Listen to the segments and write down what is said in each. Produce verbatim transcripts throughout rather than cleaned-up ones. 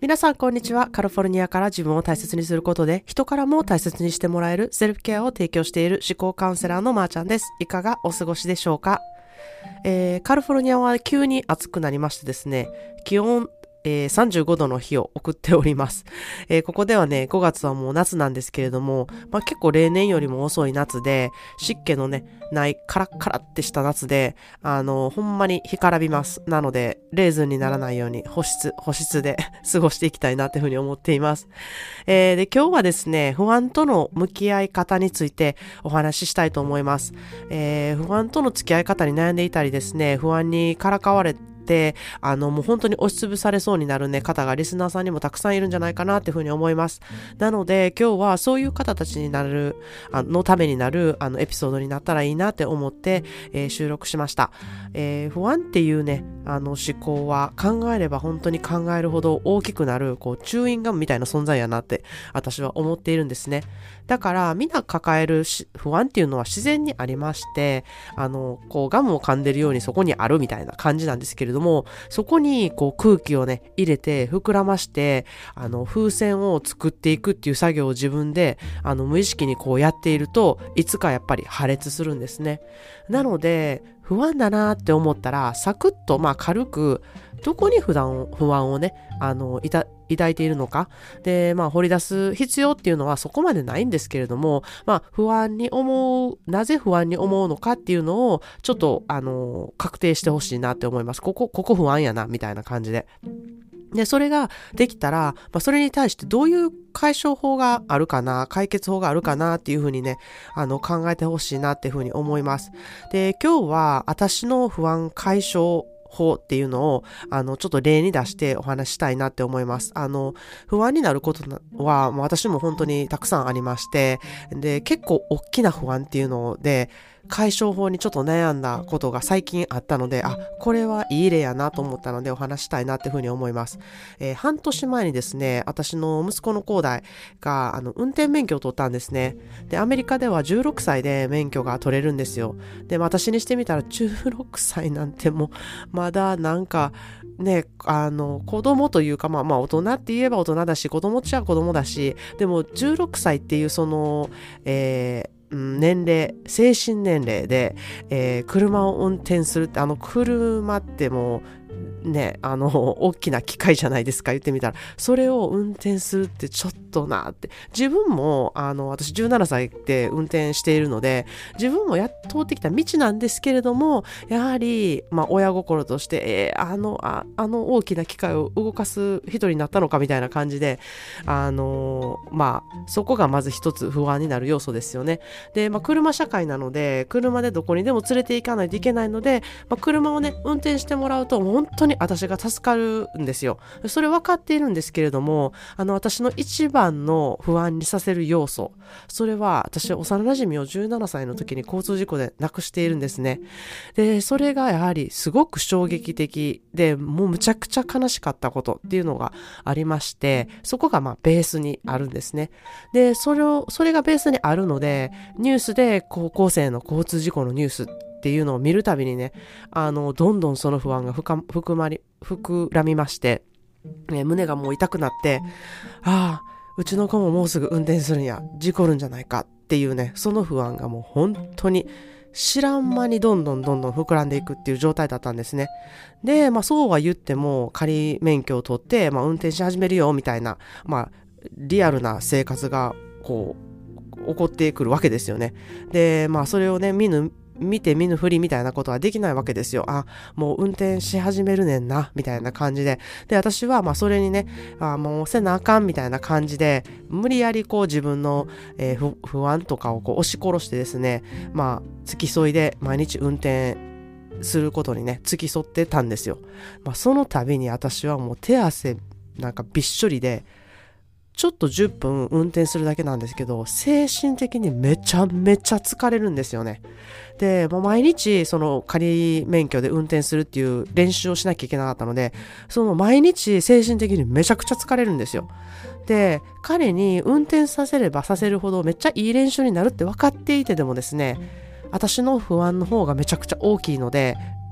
皆さんこんにちは。カリフォルニアから自分を大切にすることで人からも大切にしてもらえるセルフケアを提供している思考カウンセラーのまーちゃんです。いかがお過ごしでしょうか？えー、カリフォルニアは急に暑くなりましてですね、気温えー、さんじゅうごどの日を送っております、えー。ここではね、ごがつはもう夏なんですけれども、まあ、結構例年よりも遅い夏で、湿気のね、ないカラッカラってした夏で、あの、ほんまに干からびます。なので、レーズンにならないように保湿、保湿で過ごしていきたいなっていうふうに思っています。えー、で、今日はですね、不安との向き合い方についてお話ししたいと思います。えー、不安との付き合い方に悩んでいたりですね、不安にからかわれて、で、あの、もう本当に押しつぶされそうになるね、方がリスナーさんにもたくさんいるんじゃないかなっていうふうに思います。なので、今日はそういう方たちになる、あのためになる、あの、エピソードになったらいいなって思って、えー、収録しました。えー、不安っていうね、あの、思考は考えれば本当に考えるほど大きくなる、こう、チューインガムみたいな存在やなって、私は思っているんですね。だから、みんな抱える不安っていうのは自然にありまして、あの、こう、ガムを噛んでるようにそこにあるみたいな感じなんですけれども、そこにこう空気をね入れて膨らましてあの風船を作っていくっていう作業を自分であの無意識にこうやっているといつかやっぱり破裂するんですね。なので不安だなって思ったらサクッとまあ軽くどこに普段不安をねあのいた抱いているのかで、まあ、掘り出す必要っていうのはそこまでないんですけれども、まあ、不安に思う、なぜ不安に思うのかっていうのをちょっと、あの、確定してほしいなって思います。ここ、ここ不安やな、みたいな感じで。で、それができたら、まあ、それに対してどういう解消法があるかな、解決法があるかなっていうふうにね、あの、考えてほしいなっていうふうに思います。で、今日は私の不安解消法っていうのをあのちょっと例に出してお話ししたいなって思います。あの不安になることは私も本当にたくさんありまして、で結構大きな不安っていうので解消法にちょっと悩んだことが最近あったので、あ、これはいい例やなと思ったのでお話したいなっていうふうに思います。えー、半年前にですね、私の息子の兄弟があの運転免許を取ったんですね。で、アメリカではじゅうろくさいで免許が取れるんですよ。で、私にしてみたらじゅうろくさいなんてもうまだなんかね、あの子供というかまあまあ大人って言えば大人だし、子供っちゃ子供だし、でもじゅうろくさいっていうその、えー年齢、精神年齢で、えー、車を運転するって、あの車ってもうね、あの大きな機械じゃないですか、言ってみたら。それを運転するってちょっとなって。自分もあの私じゅうななさいで運転しているので、自分もやっと通ってきた道なんですけれども、やはりまあ親心として、えー、あのああの大きな機械を動かす人になったのかみたいな感じで、あのまあそこがまず一つ不安になる要素ですよね。で、まあ車社会なので、車でどこにでも連れて行かないといけないので、まあ、車をね運転してもらうと本当に私が助かるんですよ。それ分かっているんですけれども、あの私の一番の不安にさせる要素、それは私幼馴染をじゅうななさいの時に交通事故で亡くしているんですね。で、それがやはりすごく衝撃的で、もうむちゃくちゃ悲しかったことっていうのがありまして、そこがまあベースにあるんですね。で、それをそれがベースにあるので、ニュースで高校生の交通事故のニュースっていうのを見るたびにね、あのどんどんその不安が深含まり膨らみまして、ね、胸がもう痛くなって、ああうちの子ももうすぐ運転するんや、事故るんじゃないかっていうね、その不安がもう本当に知らん間にどんどんどんどん膨らんでいくっていう状態だったんですね。で、まあそうは言っても仮免許を取って、まあ、運転し始めるよみたいな、まあリアルな生活がこう起こってくるわけですよね。で、まあそれをね見ぬ見て見ぬふりみたいなことはできないわけですよ。あ、もう運転し始めるねんなみたいな感じで、で私はまあそれにね、あ、もうせなあかんみたいな感じで無理やりこう自分の、えー、不安とかをこう押し殺してですね、まあ付き添いで毎日運転することにね付き添ってたんですよ。まあその度に私はもう手汗なんかびっしょりで、ちょっとじゅっぷん運転するだけなんですけど、精神的にめちゃめちゃ疲れるんですよね。で、もう毎日その仮免許で運転するっていう練習をしなきゃいけなかったので、その毎日精神的にめちゃくちゃ疲れるんですよ。で、彼に運転させればさせるほどめっちゃいい練習になるって分かっていてでもですね、私の不安の方がめちゃくちゃ大きいので、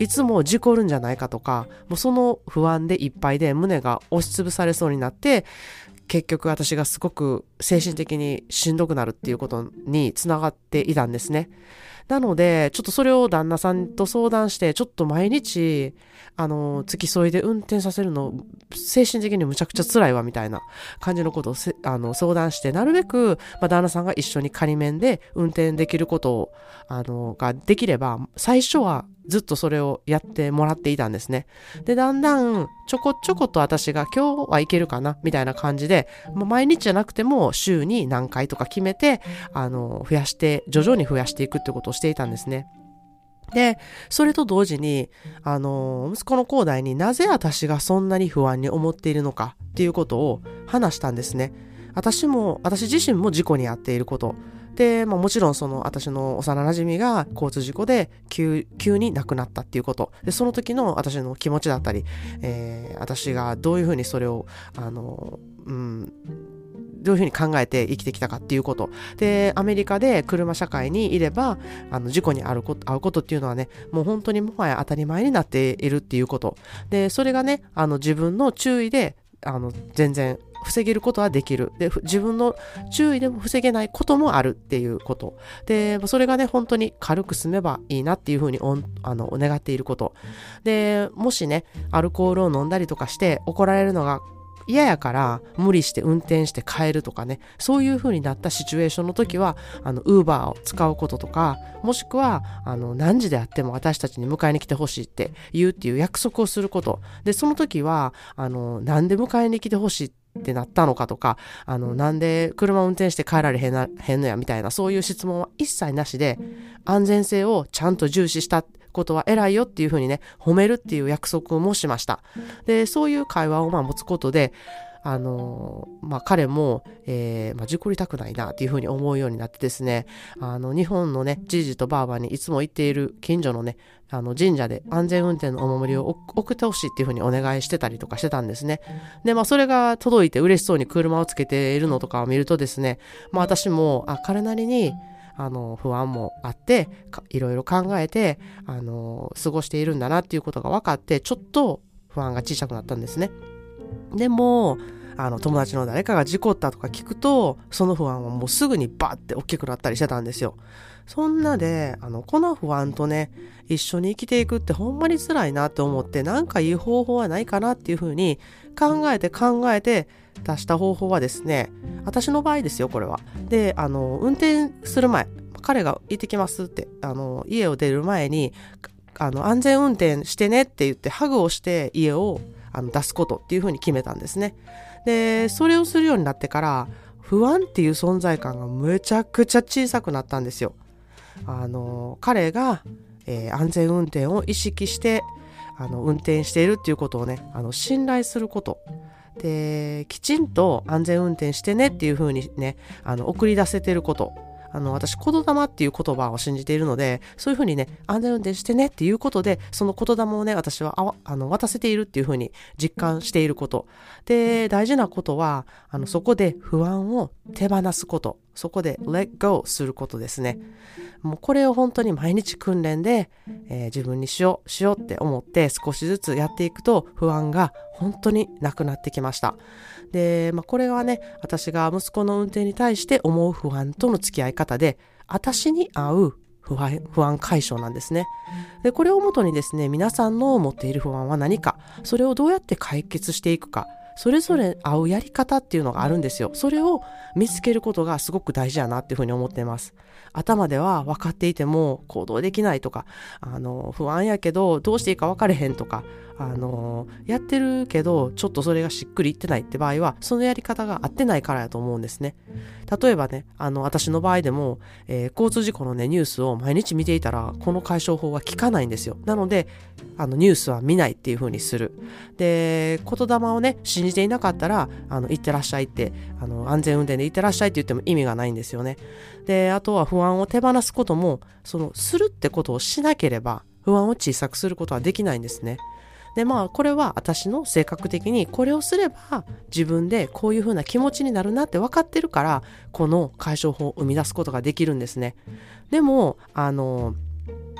いつも事故るんじゃないかとか、もうその不安でいっぱいで胸が押しつぶされそうになって、結局私がすごく精神的にしんどくなるっていうことにつながっていたんですね。なので、ちょっとそれを旦那さんと相談して、ちょっと毎日、あの、付き添いで運転させるの、精神的にむちゃくちゃ辛いわ、みたいな感じのことをせあの相談して、なるべく、まあ、旦那さんが一緒に仮免で運転できることを、あの、ができれば、最初はずっとそれをやってもらっていたんですね。で、だんだん、ちょこちょこと私が今日はいけるかな、みたいな感じで、まあ、毎日じゃなくても週に何回とか決めて、あの、増やして、徐々に増やしていくってことをしていたんですね。で、それと同時に、あの、息子の広大になぜ私がそんなに不安に思っているのかっていうことを話したんですね。私も、私自身も事故に遭っていること。で、まあもちろんその私の幼馴染が交通事故で急、急に亡くなったっていうこと。で、その時の私の気持ちだったり、えー、私がどういうふうにそれを、あの、うん、どういうふうに考えて生きてきたかっていうこと。で、アメリカで車社会にいれば、あの、事故に遭うこと、遭うことっていうのはね、もう本当にもはや当たり前になっているっていうこと。で、それがね、あの、自分の注意で、あの、全然防げることはできる。で、自分の注意でも防げないこともあるっていうこと。で、それがね、本当に軽く済めばいいなっていうふうにおあの願っていること。で、もしね、アルコールを飲んだりとかして怒られるのが嫌やから無理して運転して帰るとかね、そういう風になったシチュエーションの時は、あの、ウーバーを使うこととか、もしくは、あの、何時であっても私たちに迎えに来てほしいって言うっていう約束をすること。で、その時は、あの、なんで迎えに来てほしいってなったのかとか、あの、なんで車を運転して帰られへんな、へんのやみたいな、そういう質問は一切なしで、安全性をちゃんと重視したことは偉いよっていうふうにね、褒めるっていう約束もしました。で、そういう会話をまあ持つことで、あのー、まあ彼も、えー、まあ事故りたくないなっていうふうに思うようになってですね、あの、日本のね、じいじとばあばにいつも行っている近所のね、あの神社で安全運転のお守りを送ってほしいっていうふうにお願いしてたりとかしてたんですね。で、まあそれが届いて嬉しそうに車をつけているのとかを見るとですね、まあ私も、あ、彼なりに、あの不安もあっていろいろ考えてあの過ごしているんだなっていうことが分かって、ちょっと不安が小さくなったんですね。でもあの友達の誰かが事故ったとか聞くと、その不安はもうすぐにバッて大きくなったりしてたんですよ。そんなであのこの不安とね一緒に生きていくってほんまに辛いなって思って、なんかいい方法はないかなっていうふうに考えて考えて出した方法はですね、私の場合ですよこれは。で、あの運転する前、彼が行ってきますってあの家を出る前にあの安全運転してねって言ってハグをして家をあの出すことっていうふうに決めたんですね。で、それをするようになってから不安っていう存在感がめちゃくちゃ小さくなったんですよ。あの彼が、えー、安全運転を意識してあの運転しているっていうことをね、あの信頼することで、きちんと安全運転してねっていう風にね、あの送り出せてること。あの私言霊っていう言葉を信じているので、そういう風にね、安全運転してねっていうことで、その言霊をね、私はああの渡せているっていう風に実感していることで、大事なことはあのそこで不安を手放すこと、そこで let go することですね。もうこれを本当に毎日訓練で、えー、自分にしようしようって思って少しずつやっていくと、不安が本当になくなってきました。で、まあ、これはね、私が息子の運転に対して思う不安との付き合い方で、私に合う不安、不安解消なんですね。で、これをもとにですね、皆さんの持っている不安は何か、それをどうやって解決していくか、それぞれ合うやり方っていうのがあるんですよ。それを見つけることがすごく大事だなっていうふうに思っています。頭では分かっていても行動できないとか、あの不安やけどどうしていいか分かれへんとか、あのやってるけどちょっとそれがしっくりいってないって場合は、そのやり方が合ってないからやと思うんですね。例えばね、あの私の場合でも、えー、交通事故のねニュースを毎日見ていたらこの解消法は効かないんですよ。なのであのニュースは見ないっていう風にする。で、言霊をね信じていなかったら、あの行ってらっしゃいって、あの安全運転で行ってらっしゃいって言っても意味がないんですよね。で、あとは不安を手放すことも、そのするってことをしなければ不安を小さくすることはできないんですね。で、まあこれは私の性格的にこれをすれば自分でこういう風な気持ちになるなって分かってるから、この解消法を生み出すことができるんですね。でもあの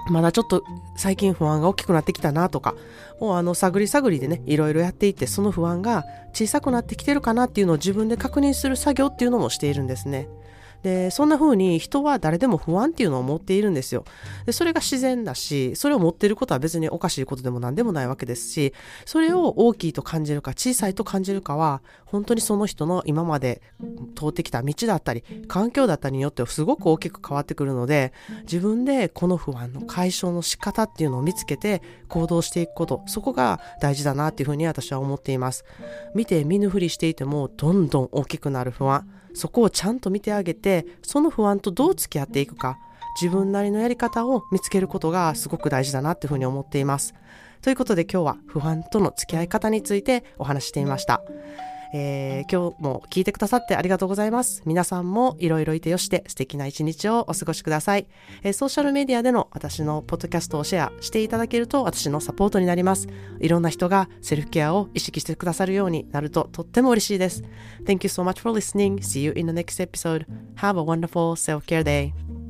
まだちょっと最近不安が大きくなってきたなとか、もうあの探り探りでねいろいろやっていって、その不安が小さくなってきてるかなっていうのを自分で確認する作業っていうのもしているんですね。で、そんな風に人は誰でも不安っていうのを持っているんですよ。で、それが自然だし、それを持っていることは別におかしいことでも何でもないわけですし、それを大きいと感じるか小さいと感じるかは、本当にその人の今まで通ってきた道だったり、環境だったりによってすごく大きく変わってくるので、自分でこの不安の解消の仕方っていうのを見つけて行動していくこと、そこが大事だなっていうふうに私は思っています。見て見ぬふりしていてもどんどん大きくなる不安、そこをちゃんと見てあげて、その不安とどう付き合っていくか、自分なりのやり方を見つけることがすごく大事だなっていうふうに思っています。ということで今日は不安との付き合い方についてお話していました。えー、今日も聞いてくださってありがとうございます。皆さんもいろいろいてよして素敵な一日をお過ごしください。えー、ソーシャルメディアでの私のポッドキャストをシェアしていただけると私のサポートになります。いろんな人がセルフケアを意識してくださるようになるととっても嬉しいです。Thank you so much for listening. See you in the next episode. Have a wonderful self-care day.